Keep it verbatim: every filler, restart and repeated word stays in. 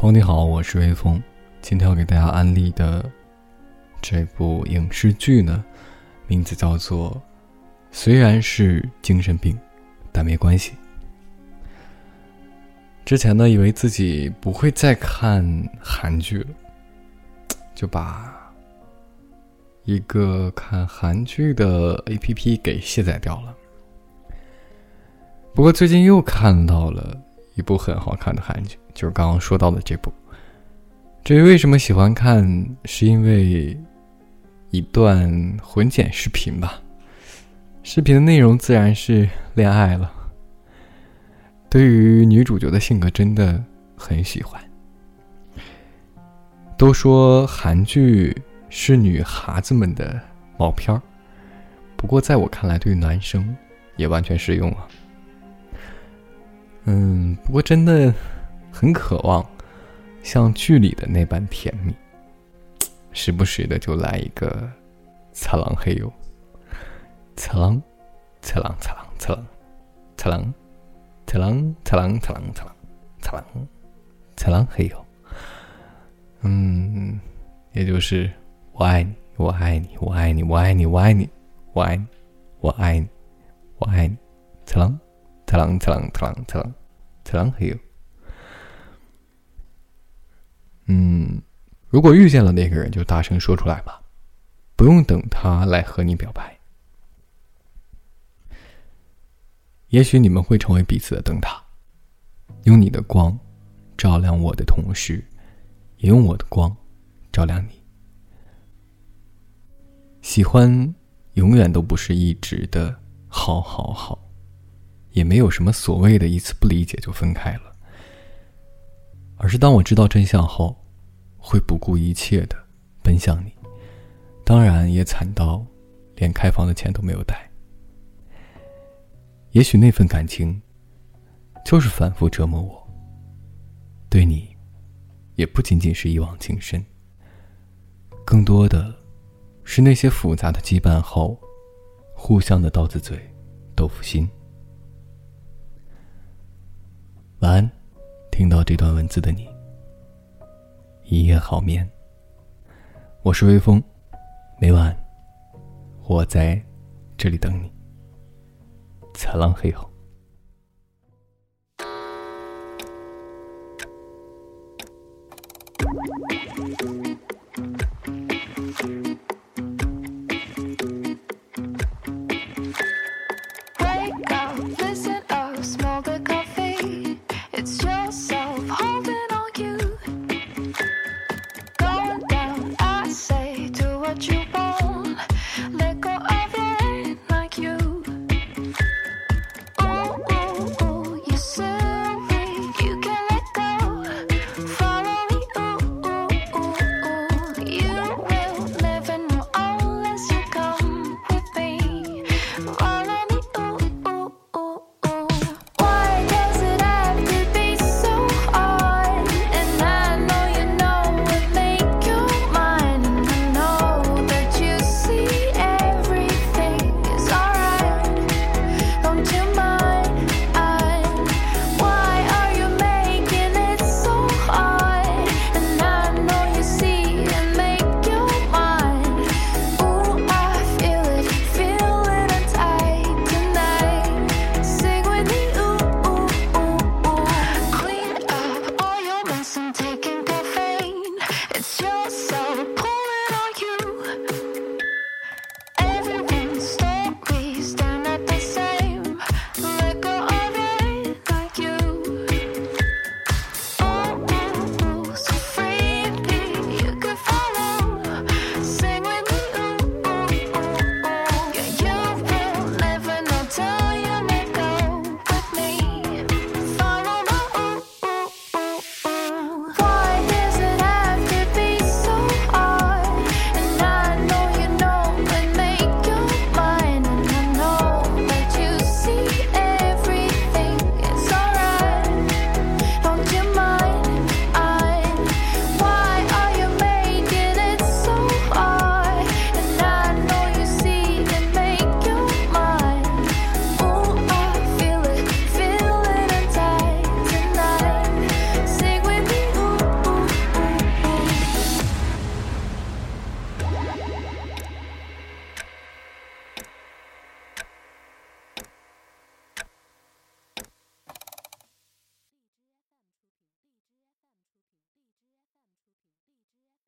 朋友你好，我是微风。今天要给大家安利的这部影视剧呢，名字叫做虽然是精神病，但没关系。之前呢，以为自己不会再看韩剧了，就把一个看韩剧的 A P P 给卸载掉了。不过最近又看到了一部很好看的韩剧，就是刚刚说到的这部。至于为什么喜欢看，是因为一段混剪视频吧。视频的内容自然是恋爱了。对于女主角的性格真的很喜欢。都说韩剧是女孩子们的毛片儿，不过在我看来，对于男生也完全适用啊。嗯，不过真的很渴望像剧里的那般甜蜜，时不时的就来一个擦浪嘿呦，擦浪擦浪擦浪擦浪擦浪擦浪擦浪擦浪擦浪擦浪擦浪嘿呦。嗯，也就是我爱你，我爱你，我爱你，我爱你，我爱你，我爱你，我爱你，我爱你，擦浪擦浪擦浪擦浪擦浪擦浪嘿呦。嗯，如果遇见了那个人，就大声说出来吧，不用等他来和你表白。也许你们会成为彼此的灯塔，用你的光照亮我的同时，也用我的光照亮你。喜欢永远都不是一直的好好好，也没有什么所谓的一次不理解就分开了，而是当我知道真相后，会不顾一切的奔向你，当然也惨到连开房的钱都没有带。也许那份感情就是反复折磨我，对你也不仅仅是一往情深，更多的是那些复杂的羁绊后互相的刀子嘴豆腐心。晚安，听到这段文字的你，一夜好眠。我是微风，每晚我在这里等你。擦浪嘿吼。